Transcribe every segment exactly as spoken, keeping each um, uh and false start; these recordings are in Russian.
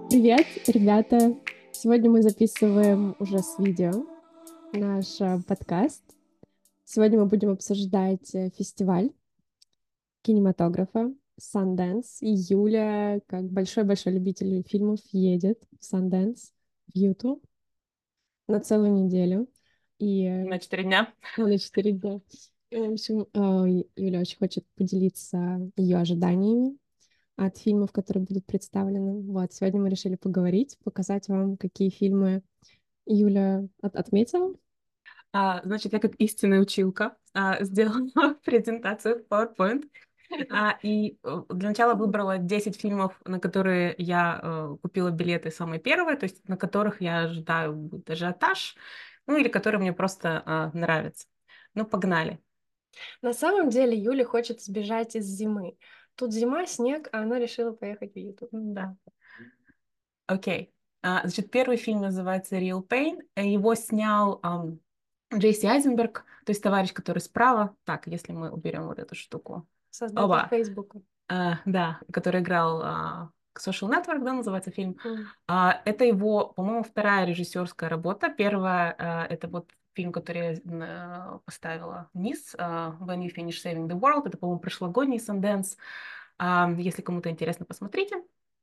Привет, ребята! Сегодня мы записываем уже с видео наш э, подкаст. Сегодня мы будем обсуждать э, фестиваль кинематографа Sundance. И Юля, как большой-большой любитель фильмов, едет в Sundance, в Юту на целую неделю. И э, На четыре дня. ну, на четыре дня. И, в общем, э, Юля очень хочет поделиться ее ожиданиями от фильмов, которые будут представлены. Вот, сегодня мы решили поговорить, показать вам, какие фильмы Юля от- отметила. А, значит, я как истинная училка а, сделала презентацию в PowerPoint. А, и э, для начала выбрала десять фильмов, на которые я э, купила билеты самые первые, то есть на которых я ожидаю будет ажиотаж, ну или которые мне просто а, нравятся. Ну, погнали. На самом деле Юля хочет сбежать из зимы. Тут зима, снег, а она решила поехать в Ютуб. Да. Окей. А, значит, первый фильм называется Real Pain. Э, Его снял ам, Джейси Айзенберг, то есть товарищ, который справа. Так, если мы уберем вот эту штуку. Создатель Оба. Фейсбука. А, да, который играл а, Social Network, да, называется фильм. М. А, это его, по-моему, вторая режиссерская работа. Первая а, это вот фильм, который я а, поставила вниз, а, When You Finish Saving the World. Это, по-моему, прошлогодний Sundance. А, если кому-то интересно, посмотрите.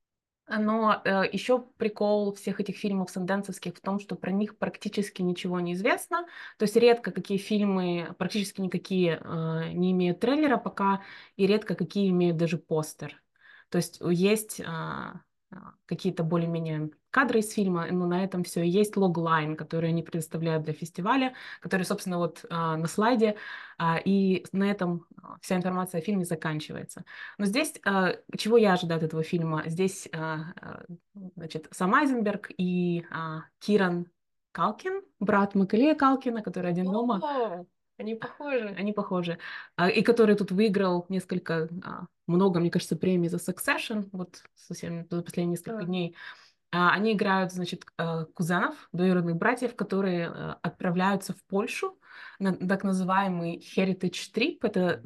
Но э, еще прикол всех этих фильмов санденсовских в том, что про них практически ничего не известно. То есть редко какие фильмы, практически никакие э, не имеют трейлера пока, и редко какие имеют даже постер. То есть есть а, а, какие-то более-менее кадры из фильма, но на этом все. И есть логлайн, который они предоставляют для фестиваля, который, собственно, вот а, на слайде, а, и на этом а, вся информация о фильме заканчивается. Но здесь, а, чего я ожидаю от этого фильма? Здесь, а, а, значит, Сам Айзенберг и а, Киран Калкин, брат Макалея Калкина, который один дома. О, они похожи. Они похожи. А, И который тут выиграл несколько, а, много, мне кажется, премий за Succession, вот совсем за последние несколько А, дней. А, Они играют, значит, а, кузенов, двоюродных братьев, которые а, отправляются в Польшу на так называемый Heritage Trip. Это,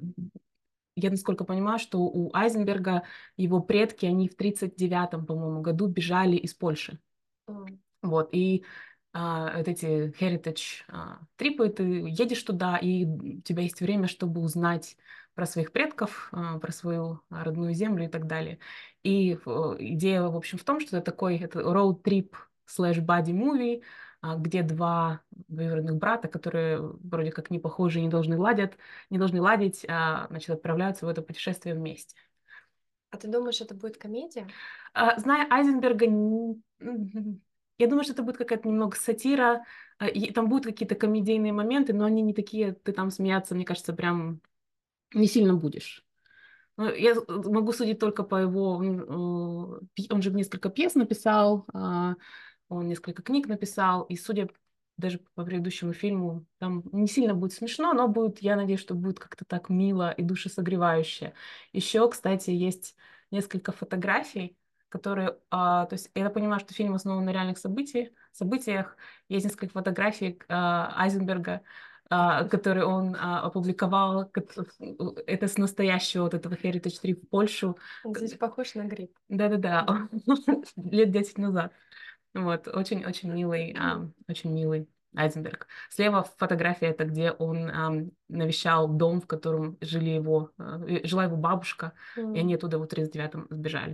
я насколько понимаю, что у Айзенберга его предки, они в тридцать девятом, по-моему, году бежали из Польши. м. Вот, и а, вот эти heritage а, трипы, ты едешь туда, и у тебя есть время, чтобы узнать про своих предков, а, про свою родную землю и так далее. И э, идея, в общем, в том, что это такой это road trip slash buddy movie, а, где два двоюродных брата, которые вроде как не похожи, не должны ладят, не должны ладить, а, значит, отправляются в это путешествие вместе. А ты думаешь, это будет комедия? А, Зная Айзенберга, н- м, я думаю, что это будет какая-то немного сатира. а, и Там будут какие-то комедийные моменты, но они не такие, ты там смеяться, мне кажется, прям не сильно будешь. Ну, Я с- могу судить только по его... м, э, пи- Он же несколько пьес написал, а, он несколько книг написал, и судя даже по предыдущему фильму, там не сильно будет смешно, но будет, я надеюсь, что будет как-то так мило и душесогревающе. Еще, кстати, есть несколько фотографий, которые, а, то есть я понимаю, что фильм основан на реальных событиях, событиях. Есть несколько фотографий а, Айзенберга, а, который он а, опубликовал. кот- Это с настоящего вот этого Heritage Trip в Польшу. Он здесь похож на гриб. Да-да-да, лет десять назад. Вот, очень-очень милый, ам, очень милый Айзенберг. Слева фотография, это где он ам, навещал дом, в котором жили его, э, жила его бабушка, и М. они оттуда в тридцать девятом сбежали.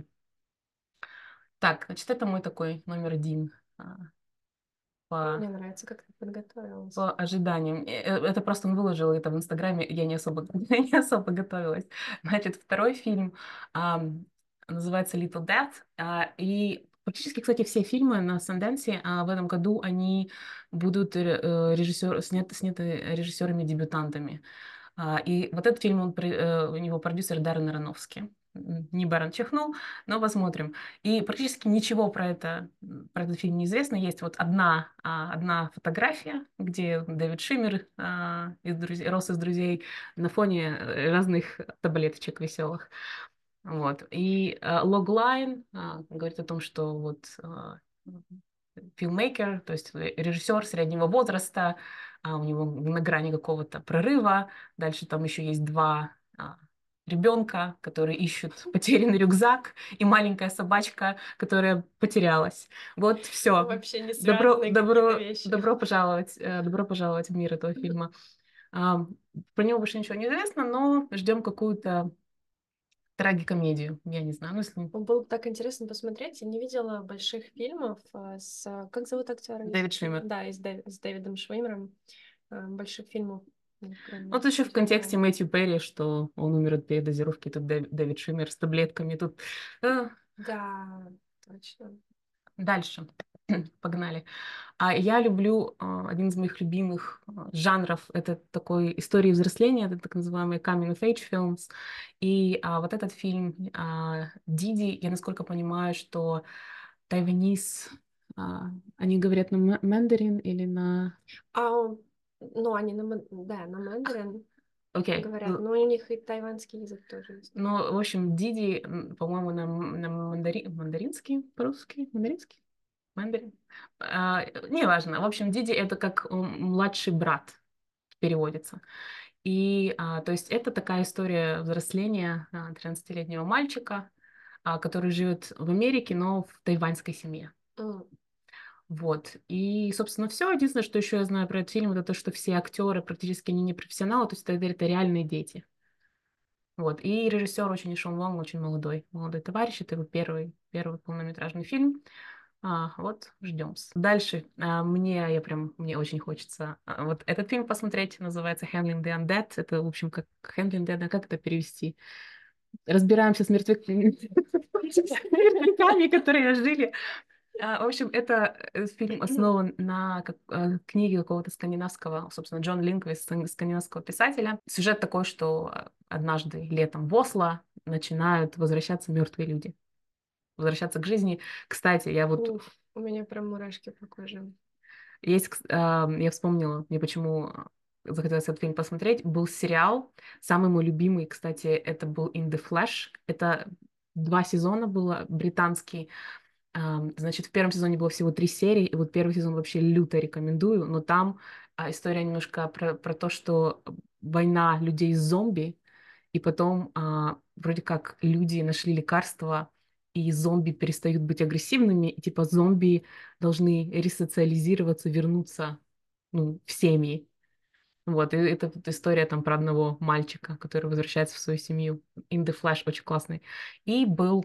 Так, значит, это мой такой номер один а, по Мне нравится, как ты подготовилась. по ожиданиям. Э, э, Это просто он выложил это в Инстаграме, я не особо, я не особо готовилась. Значит, второй фильм ам, называется Little Death. а, И практически, кстати, все фильмы на Санденсе а, в этом году, они будут ре- э, режиссер, сняты, сняты режиссерами-дебютантами. А, И вот этот фильм, он, при- э, у него продюсер Даррен Аронофски. М, Не Барон чихнул, но посмотрим. И практически ничего про это, про этот фильм не известно. Есть вот одна, а, одна фотография, где Дэвид Шиммер а, из друзей, рос из друзей на фоне э, разных таблеточек веселых. Вот. И а, логлайн а, говорит о том, что вот а, филммейкер, то есть режиссер среднего возраста, а у него на грани какого-то прорыва. Дальше там еще есть два а, ребенка, который ищет потерянный рюкзак, и маленькая собачка, которая потерялась. Вот все. Вообще не Добро, связанные какие-то добро, вещи. добро пожаловать, э, добро пожаловать в мир этого фильма. А, Про него больше ничего не известно, но ждем какую-то трагикомедию. Я не знаю, ну если Было бы так интересно посмотреть. Я не видела больших фильмов а, с... а, Как зовут актера? Дэвид Швиммер. Да, и с, Дэв- с Дэвидом Швиммером. А, Больших фильмов, ну, кроме Вот еще в «Судья контексте Дредда». Мэтью Перри, что он умер от передозировки, тут Дэв- Дэвид Швиммер с таблетками, тут... э, Да, точно. Дальше. Погнали. А я люблю а, один из моих любимых а, жанров. Это такой истории взросления, это так называемые coming of age films. И а, вот этот фильм а, Диди, я насколько понимаю, что тайванис, а, они говорят на ма- мандарин или на... А, он- ну, они на, ман- да, на мандарин Окей. говорят, Ну, но у них и тайваньский язык тоже есть. ну, в общем, Диди, м, по-моему, на, м- на мандари... мандаринский по-русски? Мандаринский? Мандарин? А, неважно. В общем, Диди — это как м, младший брат переводится. И, а, то есть, это такая история взросления а, тринадцатилетнего мальчика, а, который живет в Америке, но в тайваньской семье. М. Вот. И, собственно, все. Единственное, что еще я знаю про этот фильм, это то, что все актеры практически они не профессионалы, то есть это, это реальные дети. Вот. И режиссер очень Шон Лонг, очень молодой, молодой товарищ. Это его первый, первый полнометражный фильм. А, вот, ждем. Дальше. А, мне, я прям, мне очень хочется а, вот этот фильм посмотреть. Называется Handling the Undead. Это, в общем, как Handling the Undead, как это перевести? Разбираемся с мертвяками, с мертвяками, которые жили. А, В общем, это э, фильм основан на как- э, книге какого-то скандинавского, собственно, Джон Линквист, сан- скандинавского писателя. Сюжет такой, что э, однажды летом в Осло начинают возвращаться мертвые люди, возвращаться к жизни. Кстати, я вот Уф, у меня прям мурашки по коже. есть, кс- а, я вспомнила, мне почему захотелось этот фильм посмотреть, был сериал, самый мой любимый, кстати, это был In the Flash. Это два сезона было, британский. Ам, Значит, в первом сезоне было всего три серии, и вот первый сезон вообще люто рекомендую, но там а, история немножко про, про то, что война людей с зомби, и потом а, вроде как люди нашли лекарство, и зомби перестают быть агрессивными, и типа зомби должны ресоциализироваться, вернуться, ну, в семьи. Вот, и это вот история там про одного мальчика, который возвращается в свою семью. In the Flash очень классный. И был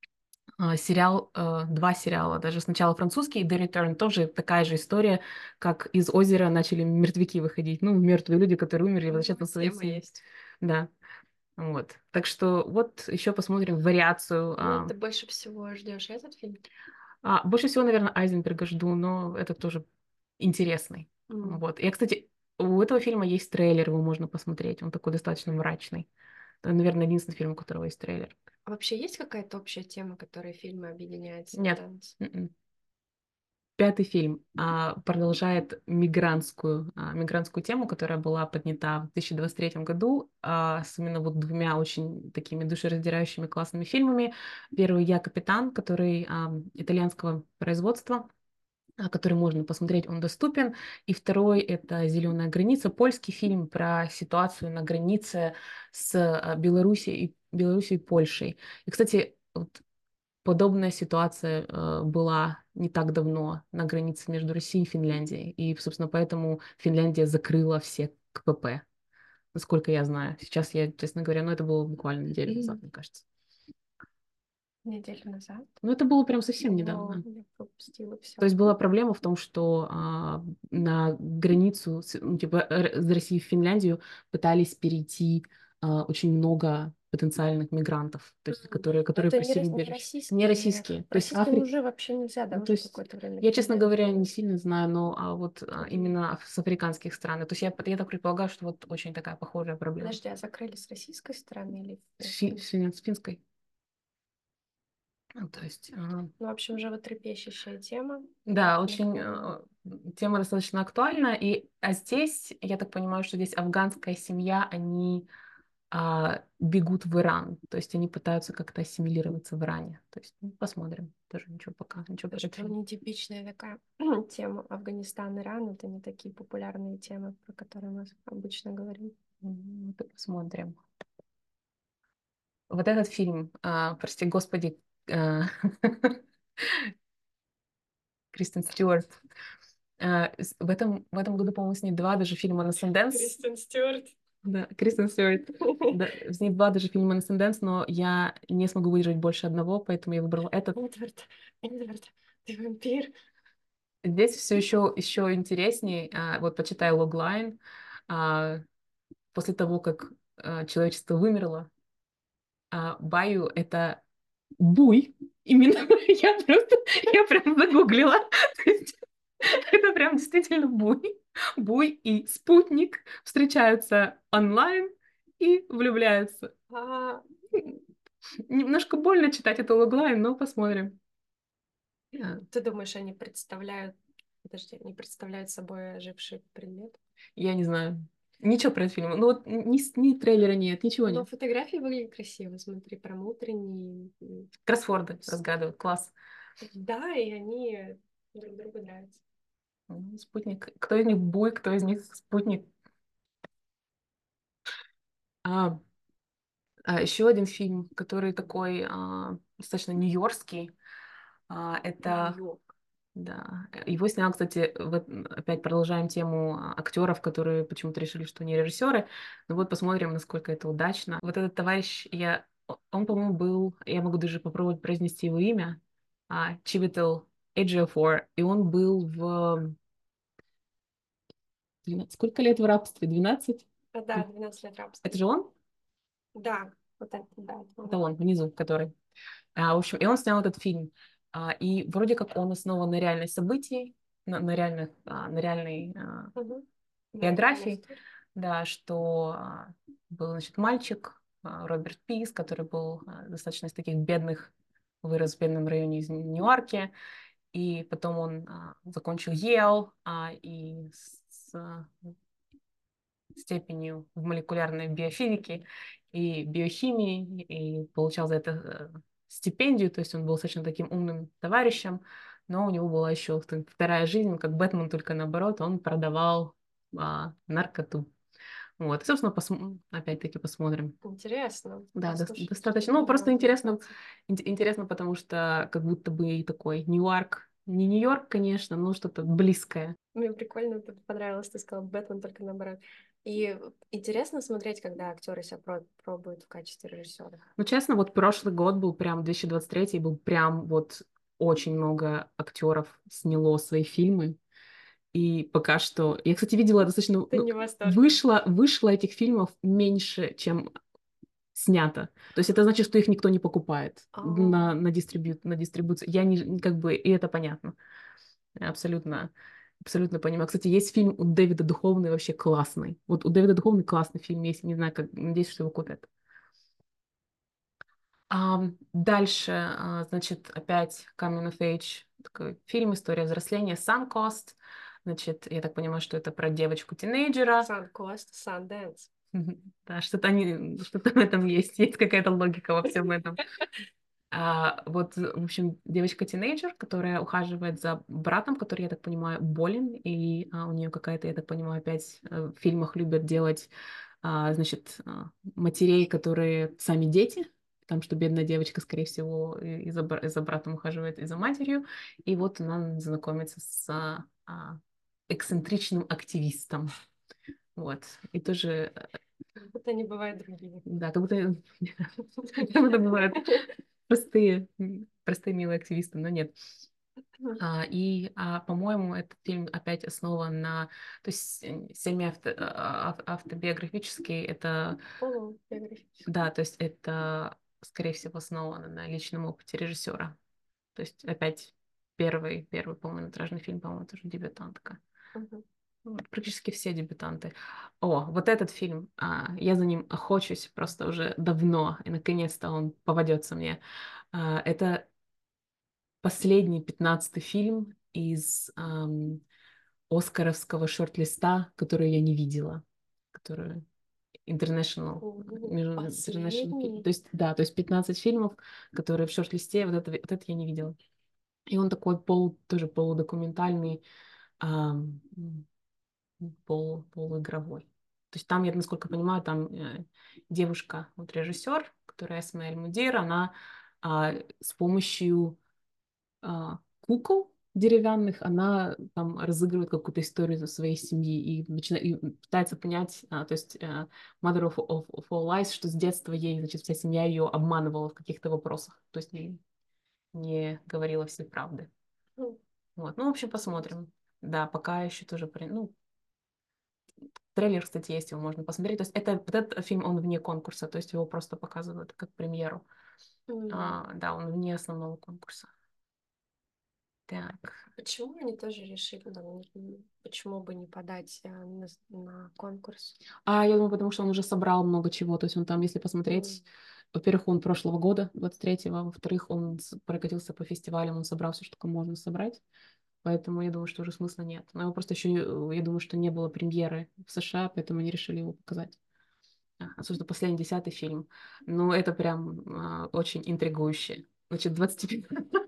а, сериал, э, два сериала, даже сначала французский, The Return, тоже такая же история, как из озера начали мертвяки выходить, ну, мертвые люди, которые умерли, Ну, возвращаться в свои тема семьи. есть. Да, вот. Так что вот еще посмотрим вариацию. Ну, а. ты больше всего ждешь этот фильм? А, больше всего, наверное, Айзенберга жду, но это тоже интересный. М. Вот. Я, кстати, у этого фильма есть трейлер, его можно посмотреть, он такой достаточно мрачный. Это, наверное, единственный фильм, у которого есть трейлер. А вообще есть какая-то общая тема, которая фильмы объединяет Нет. Sundance? М-м. Пятый фильм а, продолжает мигрантскую, а, мигрантскую тему, которая была поднята в две тысячи двадцать третьем году, а, с именно вот двумя очень такими душераздирающими классными фильмами. Первый «Я капитан», который а, итальянского производства, а, который можно посмотреть, он доступен. И второй — это «Зеленая граница», польский фильм про ситуацию на границе с а, Белоруссией и, Белоруссией и Польшей. И, кстати, вот подобная ситуация э, была не так давно на границе между Россией и Финляндией. И, собственно, поэтому Финляндия закрыла все ка пэ пэ, насколько я знаю. Сейчас я, честно говоря, ну это было буквально неделю назад, мне кажется. Неделю назад. Ну это было прям совсем О, недавно. я пропустила То все. есть была проблема в том, что а, на границу с- ну, типа, р- из России в Финляндию пытались перейти а, очень много потенциальных мигрантов, то есть, которые, которые Это не, просили рос- не убежище. Не российские. российские. То есть Российским Африка. уже вообще нельзя, да, Ну, то уже есть, какое-то время я, к честно Финляндии. говоря, не сильно знаю, но а вот а, Мгм. именно с африканских стран. То есть я, я так предполагаю, что вот очень такая похожая проблема. Подожди, а закрыли с российской стороны или С, э, фи- фин- с фин- с финской. Ну, то есть, а, Ну, в общем, животрепещущая тема, да, на очень которую... а, тема достаточно актуальна. И, а здесь, я так понимаю, что здесь афганская семья, они а, бегут в Иран. То есть они пытаются как-то ассимилироваться в Иране. То есть, ну, посмотрим. Тоже ничего пока, ничего Тоже пока прям еще. нетипичная такая тема. Афганистан, Иран — это не такие популярные темы, про которые мы обычно говорим. М, вот и посмотрим. Вот этот фильм, а, прости господи, а, Кристен Стюарт. А, с- в этом, в этом году, по-моему, с ней два даже фильма на Санденс. Кристен Стюарт. Да, Кристен Стюарт. Да, с ней два даже фильма на Санденс, но я не смогу выдержать больше одного, поэтому я выбрала этот. Эдвард, Эдвард, ты вампир. Здесь все еще, еще интереснее. А, вот почитай логлайн. А, после того, как а, человечество вымерло, а, Баю — это буй. Именно я просто, я прям загуглила. То есть это прям действительно буй. Буй и спутник встречаются онлайн и влюбляются. А, Немножко больно читать это логлайн, но посмотрим. А, ты думаешь, они представляют, подожди, они представляют собой оживший предмет? Я не знаю. Ничего про этот фильм. Ну вот ни, с- ни трейлера нет, ничего Но нет. фотографии выглядят красиво, смотри, прям утренние. м, Кроссворды с- разгадывают. Класс. Да, и они друг другу нравятся. М, Спутник. Кто из них буй, кто из них спутник? А, а, еще один фильм, который такой а, достаточно нью-йоркский. А, это, Нью-Йорк. да, его снял, кстати, вот опять продолжаем тему а, актеров, которые почему-то решили, что они режиссеры. Ну вот посмотрим, насколько это удачно. Вот этот товарищ, я, он, по-моему, был, я могу даже попробовать произнести его имя, а, Чивител Эджиофор, и он был в двенадцать. Сколько лет в рабстве? Двенадцать. А, да, двенадцать лет рабства. Это же он? Да, вот это, да. это Это он. он, внизу, который. А, в общем, и он снял этот фильм. А, и вроде как он основан на реальных событиях, на, на реальных, а, на реальной а, Мгм. Да, реальная биографии, история. да, что а, был, значит, мальчик, а, Роберт Пис, который был а, достаточно из таких бедных, вырос в бедном районе из Ньюарке, и потом он а, закончил Йейл, а, и с, с степенью в молекулярной биофизике и биохимии, и получал за это э, стипендию, то есть он был достаточно таким умным товарищем, но у него была еще вторая жизнь, как Бэтмен, только наоборот, он продавал а, наркоту. Вот, и, собственно, посм- опять-таки посмотрим. Интересно. Да, дос- Послушай, достаточно. что-то Ну, мне просто надо интересно, записаться. ин- интересно, потому что как будто бы и такой Ньюарк, не Нью-Йорк, конечно, но что-то близкое. Мне прикольно п- понравилось, ты сказал Бэтмен, только наоборот. И интересно смотреть, когда актеры себя про- пробуют в качестве режиссера. Ну, честно, вот прошлый год был прям, две тысячи двадцать третий был прям вот очень много актеров сняло свои фильмы. И пока что... Я, кстати, видела достаточно... Ты Ну, не в восторге. вышло, вышло этих фильмов меньше, чем снято. То есть это значит, что их никто не покупает А, на, на, дистрибью... на дистрибуцию. Я не... Как бы... И это понятно. Абсолютно. Абсолютно понимаю. Кстати, есть фильм у Дэвида Духовный вообще классный. Вот у Дэвида Духовный классный фильм есть. Не знаю, как... Надеюсь, что его купят. А, дальше, а, значит, опять Coming of Age, такой фильм «История взросления», Suncoast. Значит, я так понимаю, что это про девочку-тинейджера. Suncoast, Sundance. Да, что-то они, что-то в этом есть, есть какая-то логика во всем этом. А, вот, в общем, девочка-тинейджер, которая ухаживает за братом, который, я так понимаю, болен, и а, у нее какая-то, я так понимаю, опять э, в фильмах любят делать, а, значит, а, матерей, которые сами дети, там, что бедная девочка, скорее всего, и, и за, бра- и за братом ухаживает, и за матерью, и вот она знакомится с а, а, эксцентричным активистом, вот, и тоже, э, Как будто не бывает другими. да, как будто, как будто бывает простые, м, простые милые активисты, но нет. А, и, а, по-моему, этот фильм опять основан на, то есть э, семи авто- а, ав- автобиографический, это, Полубиографически. да, то есть это, скорее всего, основано на личном опыте режиссера. То есть опять первый, первый полнометражный фильм, по-моему, тоже дебютантка. Мгм. Ну, практически все дебютанты. О, вот этот фильм, а, я за ним охочусь просто уже давно, и наконец-то он попадется мне. А, это последний пятнадцатый фильм из ам, оскаровского шорт-листа, который я не видела, который International, О, между- International Fi- последний. то есть, да, то есть пятнадцать фильмов, которые в шорт-листе, вот это, вот это я не видела. И он такой пол, тоже полудокументальный, ам, пол, полуигровой. То есть там, я насколько понимаю, там э, девушка, вот режиссер, которая Эсме Эль-Мудир, она а, с помощью а, кукол деревянных, она там разыгрывает какую-то историю за своей семьи и, начинает, и пытается понять, а, то есть а, Mother of, of, of All Lies, что с детства ей, значит, вся семья ее обманывала в каких-то вопросах, то есть не, не говорила всей правды. Ну, Вот. Ну, в общем, посмотрим. Да, пока еще тоже... при- Ну, трейлер, кстати, есть, его можно посмотреть. То есть это, вот этот фильм, он вне конкурса, то есть его просто показывают как премьеру. м, А, да, он вне основного конкурса. Так. Почему они тоже решили, ну, м, почему бы не подать а, на, с- на конкурс? А, я думаю, потому что он уже собрал много чего. То есть он там, если М, посмотреть, во-первых, он прошлого года, двадцать третьего, во-вторых, он с- прокатился по фестивалям, он собрал все, что только можно собрать. Поэтому я думаю, что уже смысла нет. Но его просто еще, я думаю, что не было премьеры в США, поэтому они решили его показать. А, Особенно последний, десятый фильм. Ну, это прям а, очень интригующе. Значит, двадцать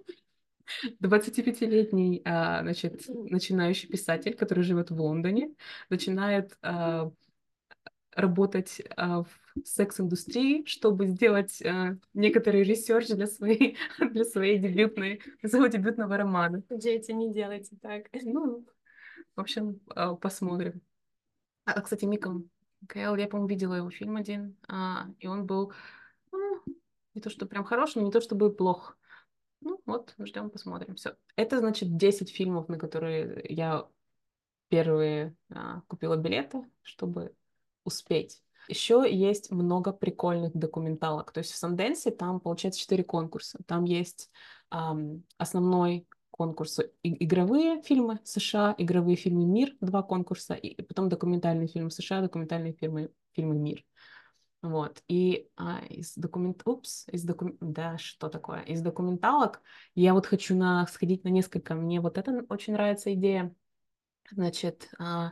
двадцатипятилетний, а, значит, начинающий писатель, который живет в Лондоне, начинает а, работать а, в секс-индустрии, чтобы сделать а, некоторый ресерч для своей, для своей дебютной, для своего дебютного романа. Дети, не делайте так. Ну, в общем, а, посмотрим. А, кстати, Мика Кайл, я, по-моему, видела его фильм один, а, и он был ну, не то, что прям хорош, но не то, чтобы плох. Ну, вот, ждем, посмотрим. Все. Это, значит, десять фильмов, на которые я первые а, купила билеты, чтобы успеть. Еще есть много прикольных документалок. То есть в Санденсе там, получается, четыре конкурса. Там есть ам, основной конкурс и- игровые фильмы США, игровые фильмы «Мир», два конкурса, и и потом документальные фильмы США, документальные фильмы, фильмы «Мир». Вот. И а, из документ... Упс, из докум... Да, что такое? Из документалок я вот хочу на... сходить на несколько. Мне вот это очень нравится идея. Значит, а,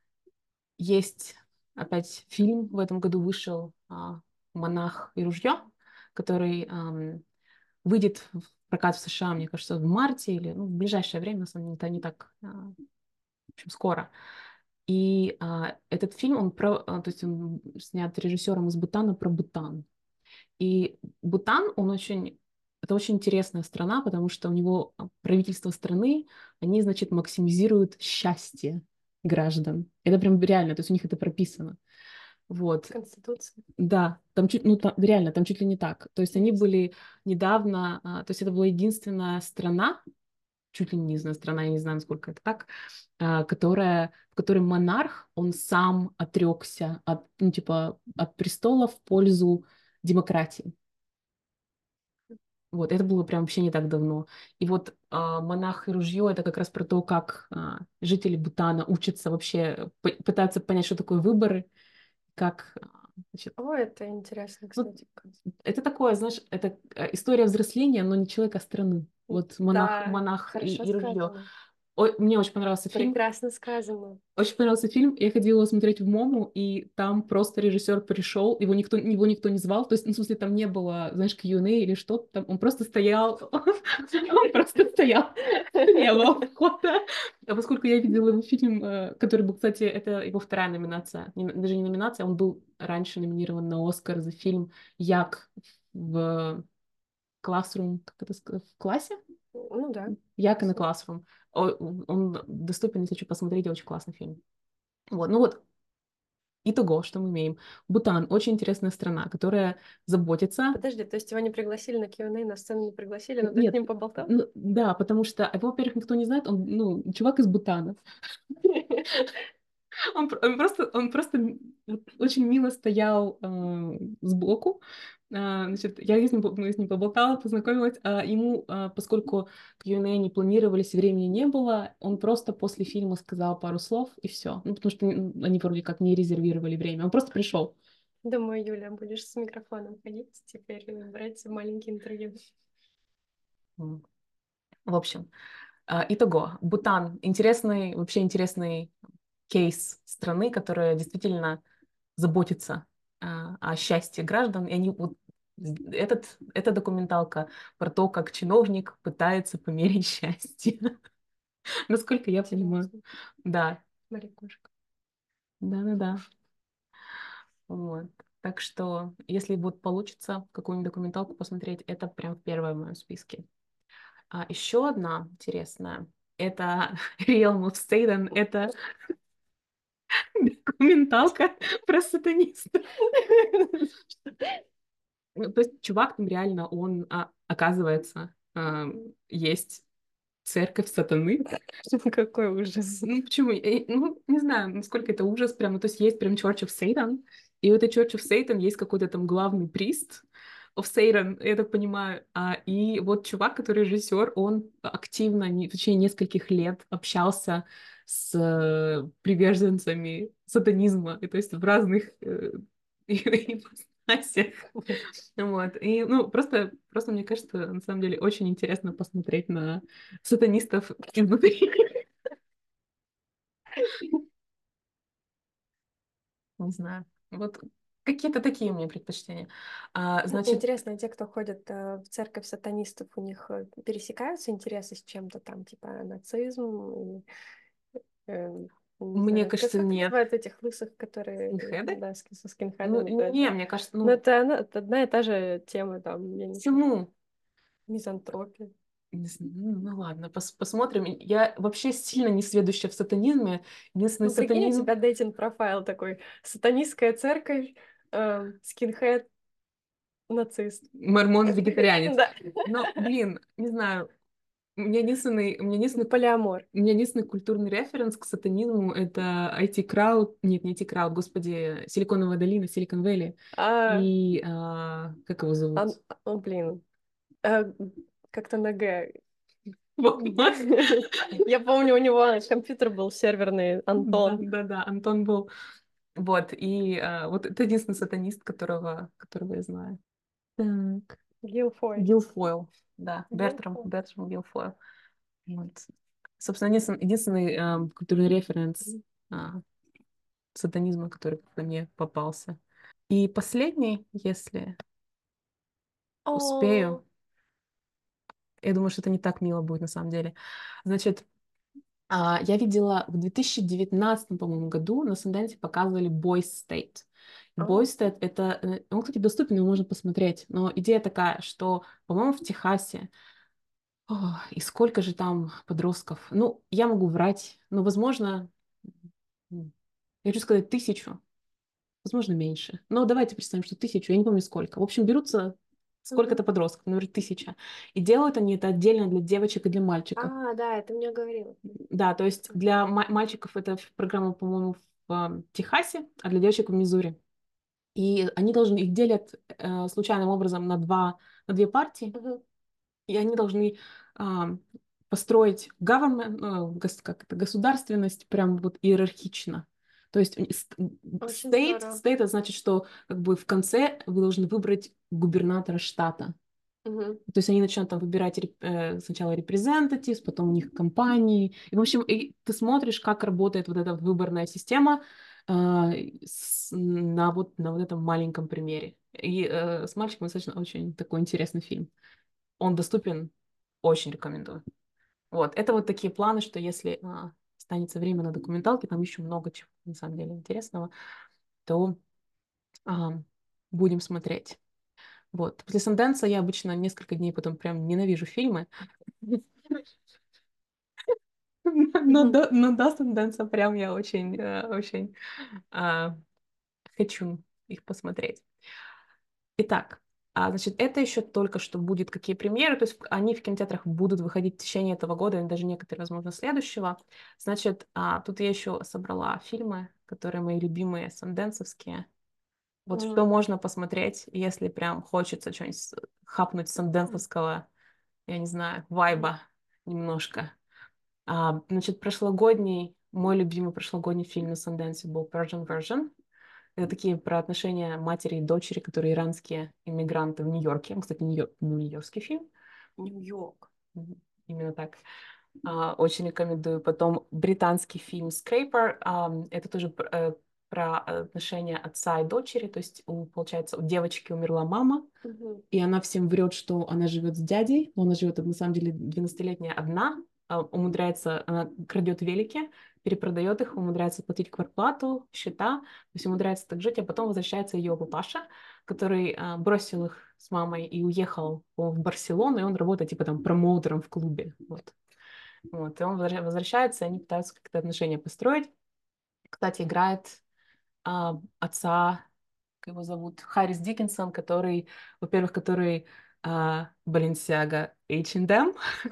есть опять фильм, в этом году вышел а, «Монах и ружье», который ам, выйдет в прокат в США, мне кажется, в марте или ну, в ближайшее время, на самом деле, это не так, а, в общем, скоро. И а, этот фильм, он про, а, то есть он снят режиссером из Бутана про Бутан. И Бутан, он очень, это очень интересная страна, потому что у него правительство страны, они, значит, максимизируют счастье граждан. Это прям реально, то есть у них это прописано. Вот, Конституция. да, там чуть, ну там, реально, там чуть ли не так. То есть они Интересно. были недавно, а, то есть это была единственная страна, чуть ли не единственная страна, я не знаю, насколько это так, а, которая, в которой монарх, он сам отрекся от, ну, типа, от престола в пользу демократии. Вот, это было прям вообще не так давно. И вот а, «Монах и ружье» — это как раз про то, как а, жители Бутана учатся вообще, п- пытаются понять, что такое выборы, как, а, значит, О, это интересно, ну, кстати. это такое, знаешь, это э, история взросления, но не человека, а страны. Вот «Монах, Да, монах и, хорошо и ружье». сказано. Ой, мне очень понравился фильм. Прекрасно сказано. Очень понравился фильм. Я ходила его смотреть в МОМУ, и там просто режиссер пришел, его никто, его никто не звал. То есть, ну, в смысле, там не было, знаешь, кью энд эй или что-то там. Он просто стоял. Он просто стоял. Не было входа. А поскольку я видела его фильм, э, который был, кстати, это его вторая номинация. Не- Даже не номинация, он был раньше номинирован на Оскар за фильм «Як в Classroom», как это сказать, в классе? Ну да. «Як in a Classroom». О, Он доступен, если что, посмотрите, очень классный фильм. Вот, ну вот, итого, что мы имеем. Бутан — очень интересная страна, которая заботится... Подожди, то есть его не пригласили на кью энд эй, на сцену не пригласили, но ты с Нет, ним поболтал? ну, да, потому что, его, во-первых, никто не знает, он, ну, чувак из Бутана. Он, пр- он просто, он просто м- вот очень мило стоял э, сбоку. А, значит, я с ним, по- ну, с ним поболтала, познакомилась. А ему, а, поскольку кью энд эй не планировались, времени не было, он просто после фильма сказал пару слов, и все. Ну, потому что м, они вроде как не резервировали время. Он просто пришел. Думаю, Юля, будешь с микрофоном ходить теперь и брать маленькие интервью. М. В общем, а, итого. Бутан — интересный, вообще интересный кейс страны, которая действительно заботится а, о счастье граждан. И они вот этот, эта документалка про то, как чиновник пытается померить счастье. Насколько я понимаю. Интересно. Да, Марикушка. да-да-да. Вот. Так что, если вот получится какую-нибудь документалку посмотреть, это прям первое в моем списке. А еще одна интересная, это Realm of Satan, это документалка про сатанистов. Ну, то есть чувак там реально, он, а, оказывается, а, есть церковь сатаны. Какой ужас. Ну, почему? Э, Ну, не знаю, насколько это ужас прям. Ну, то есть есть прям Church of Satan, и в этой Church of Satan есть какой-то там главный прист of Satan, я так понимаю. А, и вот чувак, который режиссер, он активно не- в течение нескольких лет общался с э, приверженцами сатанизма, и то есть в разных э, ипостасях. Вот. И, ну, просто, просто мне кажется, на самом деле, очень интересно посмотреть на сатанистов изнутри. Не знаю. Вот какие-то такие у меня предпочтения. А, значит, Интересно, те, кто ходят э, в церковь сатанистов, у них э, пересекаются интересы с чем-то там, типа нацизм, и, э, не мне знаю, как, кажется, как нет. называют этих лысых, которые, э, Скинхеды? да, с, со Ну, скинхедами, да, не, да. мне кажется, Но ну, это, она- это одна и та же тема, там, я не знаю, всему. мизантропия. Не знаю, ну, ну ладно, пос- посмотрим. Я вообще сильно не сведуща в сатанизме. Единственный Ну, прикинь, у сатанизм — тебя дейтинг-профайл такой, сатанистская церковь, э, скинхед, нацист. мормон-вегетарианец. Да. Но, блин, не знаю, у меня единственный, у меня единственный, Полиамор. у меня единственный культурный референс к сатанизму — это ай ти-крауд, нет, не ай ти-крауд, господи, Силиконовая долина, Силикон Вэлли. А, И а, как его ан- зовут? о, блин, э, как-то на Г. Вот, Я помню, у него компьютер был серверный, да, Антон. да, да, Антон был. Вот, и а, вот это единственный сатанист, которого, которого я знаю. Так. Гилфой. Гилфойл, да, Бертрам, Гилфой. Бертрам Гилфойл. Вот. Собственно, единственный, единственный эм, культурный референс а, сатанизма, который ко мне попался. И последний, если О, успею, я думаю, что это не так мило будет на самом деле. Значит, а, я видела в две тысячи девятнадцатом, по-моему, году на Санденсе показывали Boys State. о, Boys State — это, э, он, кстати, доступен, его можно посмотреть, но идея такая, что, по-моему, в Техасе. О, и сколько же там подростков? Ну, я могу врать, но, возможно, м, я хочу сказать тысячу, возможно, меньше. Но давайте представим, что тысячу, я не помню сколько. В общем, берутся мгм. сколько-то подростков, например, тысяча. И делают они это отдельно для девочек и для мальчиков. А, да, это мне говорил. Да, то есть для ма- мальчиков это в- программа, по-моему, в а, Техасе, а для девочек в Миссури. И они должны, их делят э, случайным образом на два, на две партии, Мгм. и они должны а, построить government, ну, гос- как это, государственность прям вот иерархично. То есть у- ст- Очень state, здорово. state — это значит, что как бы в конце вы должны выбрать губернатора штата. Мгм. То есть они начинают там выбирать реп- э, сначала representatives, потом у них компании. И, в общем, и ты смотришь, как работает вот эта вот выборная система а, с- на вот, на вот этом маленьком примере. И э, с мальчиком достаточно очень такой интересный фильм. Он доступен, очень рекомендую. Вот, это вот такие планы, что если а, останется время на документалке, там еще много чего, на самом деле, интересного, то а, будем смотреть. Вот. После Санденса я обычно несколько дней потом прям ненавижу фильмы, но Мгм. до, но до Санденса прям я очень, э, очень а, хочу их посмотреть. Итак, а, значит, это еще только что будет какие премьеры, то есть они в кинотеатрах будут выходить в течение этого года, и даже некоторые, возможно, следующего. Значит, а, тут я еще собрала фильмы, которые мои любимые, санденсовские. Вот что Мгм. можно посмотреть, если прям хочется что-нибудь с- хапнуть санденсовского, я не знаю, вайба немножко. А, значит, прошлогодний, мой любимый прошлогодний фильм на Санденсе был Persian Version. Это такие про отношения матери и дочери, которые иранские иммигранты в Нью-Йорке. Он, кстати, нью нью-йоркский фильм. Нью-Йорк. Мгм. Именно так. А, очень рекомендую. Потом британский фильм Scraper. А, это тоже пр- э, про отношения отца и дочери. То есть, у, получается, у девочки умерла мама, Мгм. и она всем врет, что она живет с дядей, но она живет на самом деле двенадцатилетняя одна. а, умудряется, она крадет велики, перепродает их, умудряется платить квартплату, счета, то есть умудряется так жить, а потом возвращается ее папаша, который а, бросил их с мамой и уехал в Барселону, и он работает типа там промоутером в клубе. Вот. Вот. И он возвращается, и они пытаются как-то отношения построить. Кстати, играет а, отца, как его зовут, Харрис Диккенсон, который, во-первых, который а, Balenciaga эйч энд эм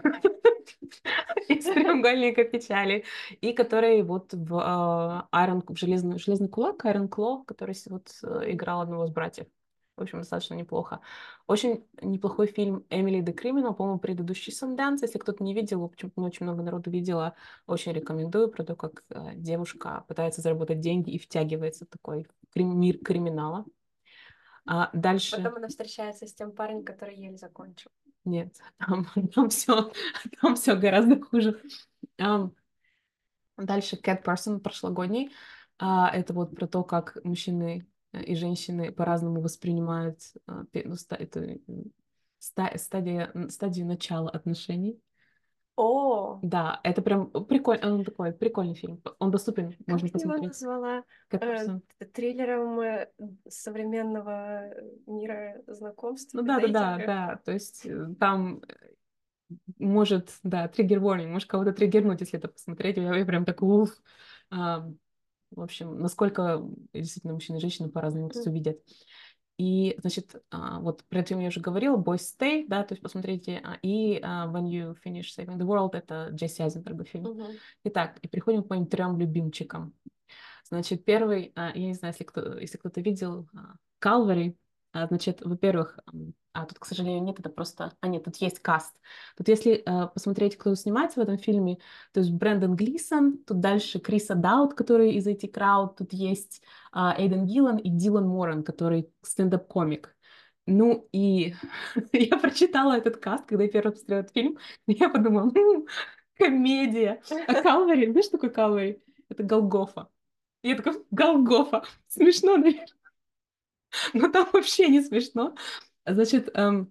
из треугольника печали, и который вот в а, Iron, в железный, железный кулак, Iron Claw, который с- вот э, играл одного из братьев. В общем, достаточно неплохо. Очень неплохой фильм «Эмили де Криминал», по-моему, предыдущий Sundance. Если кто-то не видел, его почему-то не очень много народу видела, очень рекомендую, про то, как э, девушка пытается заработать деньги и втягивается в такой крим- мир криминала. А дальше... Потом она встречается с тем парнем, который еле закончил. Нет, там, там все, там все гораздо хуже. Ам, дальше Кэт Парсон прошлогодний. А, это вот про то, как мужчины э, и женщины по-разному воспринимают а, пе- ну, ста- это, м, ста- стадия, м, стадию начала отношений. О, Да, это прям прикольный, он такой прикольный фильм. Он доступен, можно как ты его посмотреть. назвала? Кэт Э, Парсон. триллером э, современного мира знакомств? Ну да, Это да, этим? да, да. То есть э, там может, да, триггер warning, может кого-то триггернуть, если это посмотреть. Я, я прям так, уф. А, в общем, насколько действительно мужчины и женщины по-разному это Мгм. все видят. И, значит, а, вот про это я уже говорила, Boys Stay, да, то есть посмотрите, а, и а, When You Finish Saving the World, это Джесси Айзенберга фильм. Мгм. Итак, и приходим к моим трем любимчикам. Значит, первый, а, я не знаю, если, кто, если кто-то видел Калвари, значит, во-первых, м, а тут, к сожалению, нет, это просто... А, нет, тут есть каст. Тут если а, посмотреть, кто снимается в этом фильме, то есть Брэндон Глисон, тут дальше Криса Даут, который из эй ти Crowd, тут есть а, Эйден Гиллан и Дилан Моран, который стендап-комик. Ну и я прочитала этот каст, когда я первый посмотрела этот фильм, и я подумала, «М, комедия. А Калвари, знаешь, что такое Калвари? Это Голгофа. И я такая, Голгофа. Смешно, наверное. Но там вообще не смешно. Значит, эм,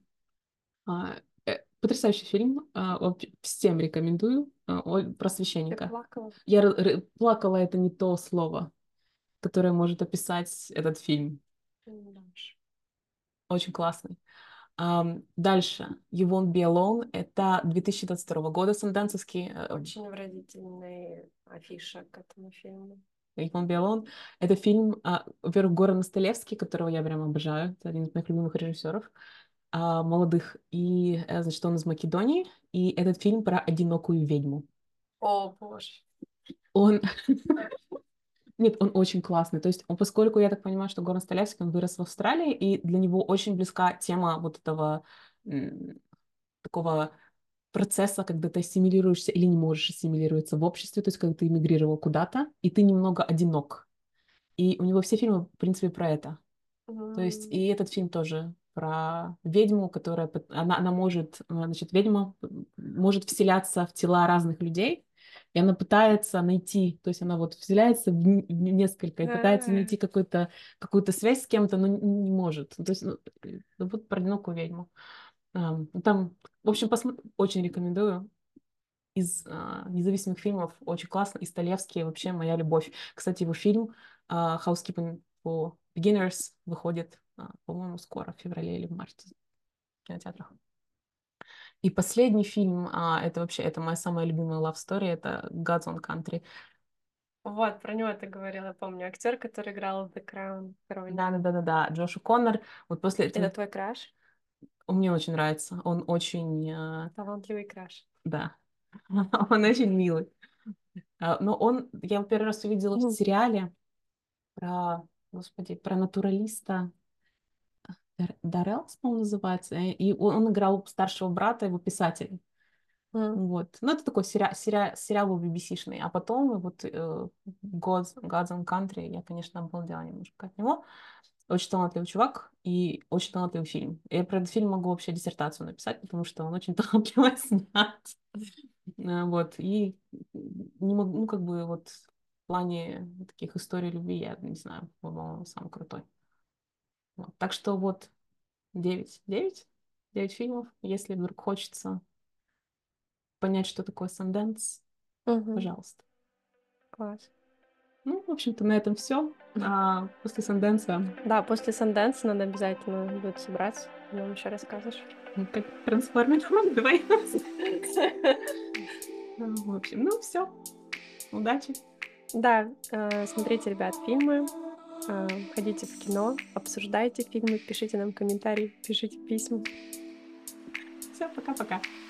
а, э, потрясающий фильм. А, вообще всем рекомендую. А, ой, про Ты священника. плакала? Я р- р- плакала, это не то слово, которое может описать этот фильм. Да уж. Очень классный. Ам, дальше. You Won't Be Alone. Это две тысячи двадцать второго года, сандансовский. э, Очень выразительная афиша к этому фильму. You Won't Be Alone. Это фильм, а, во-первых, Горан Столевский, которого я прям обожаю. Это один из моих любимых режиссеров. а, молодых. И, э, значит, он из Македонии. И этот фильм про одинокую ведьму. О, боже. Он... Нет, он очень классный. То есть, он, поскольку я так понимаю, что Горан Столевский, он вырос в Австралии, и для него очень близка тема вот этого м, такого процесса, когда ты ассимилируешься или не можешь ассимилироваться в обществе, то есть, когда ты эмигрировал куда-то, и ты немного одинок. И у него все фильмы, в принципе, про это. То есть М, и этот фильм тоже про ведьму, которая, пыт- она, она может, э, значит, ведьма может вселяться в тела разных людей, и она пытается найти, то есть она вот вселяется в, н- в несколько и пытается а, найти какую-то какую-то связь с кем-то, но не, не может. То есть ну, э, вот про одинокую ведьму. Ам, ну, там, в общем, посмо- очень рекомендую. Из а, независимых фильмов очень классно. И Столевский вообще моя любовь. Кстати, его фильм а, Housekeeping for Beginners выходит, а, по-моему, скоро, в феврале или в марте в кинотеатрах. И последний фильм, а, это вообще, это моя самая любимая love story, это God's Own Country. вот, про него ты говорила, помню. Актер, который играл в The Crown, Король. Да-да-да-да, Джош Коннор. Вот после Это этого твой краш? он мне очень нравится. Он очень, а, Талантливый краш. да, он очень милый. А, но он, я его первый раз увидела в Мгм. сериале про, господи, про натуралиста. Дар- Даррелс, по-моему, называется. э, И он, он играл старшего брата, его писателя. Мгм. Вот. Ну, это такой сериал, сериал, сериал был би би си-шный. А потом вот э, God's, God's and Country, я, конечно, обалдела немножко от него. Очень талантливый чувак и очень талантливый фильм. Я про этот фильм могу вообще диссертацию написать, потому что он очень талантливо снят. Э, Вот. И не могу, ну, как бы вот в плане таких историй любви, я не знаю, по-моему, самый крутой. Вот. Так что вот Девять. Девять? Девять фильмов, если вдруг хочется. понять, что такое Sundance, Угу. пожалуйста. Класс. Ну, в общем-то, на этом все. А после Санденса... Да, после Санденса надо обязательно будет собраться. Нам еще расскажешь. Как трансформер, давай. В общем, ну все. Удачи. Да, э, смотрите, ребят, фильмы, э, ходите в кино, обсуждайте фильмы, пишите нам комментарии, пишите письма. Все, пока-пока.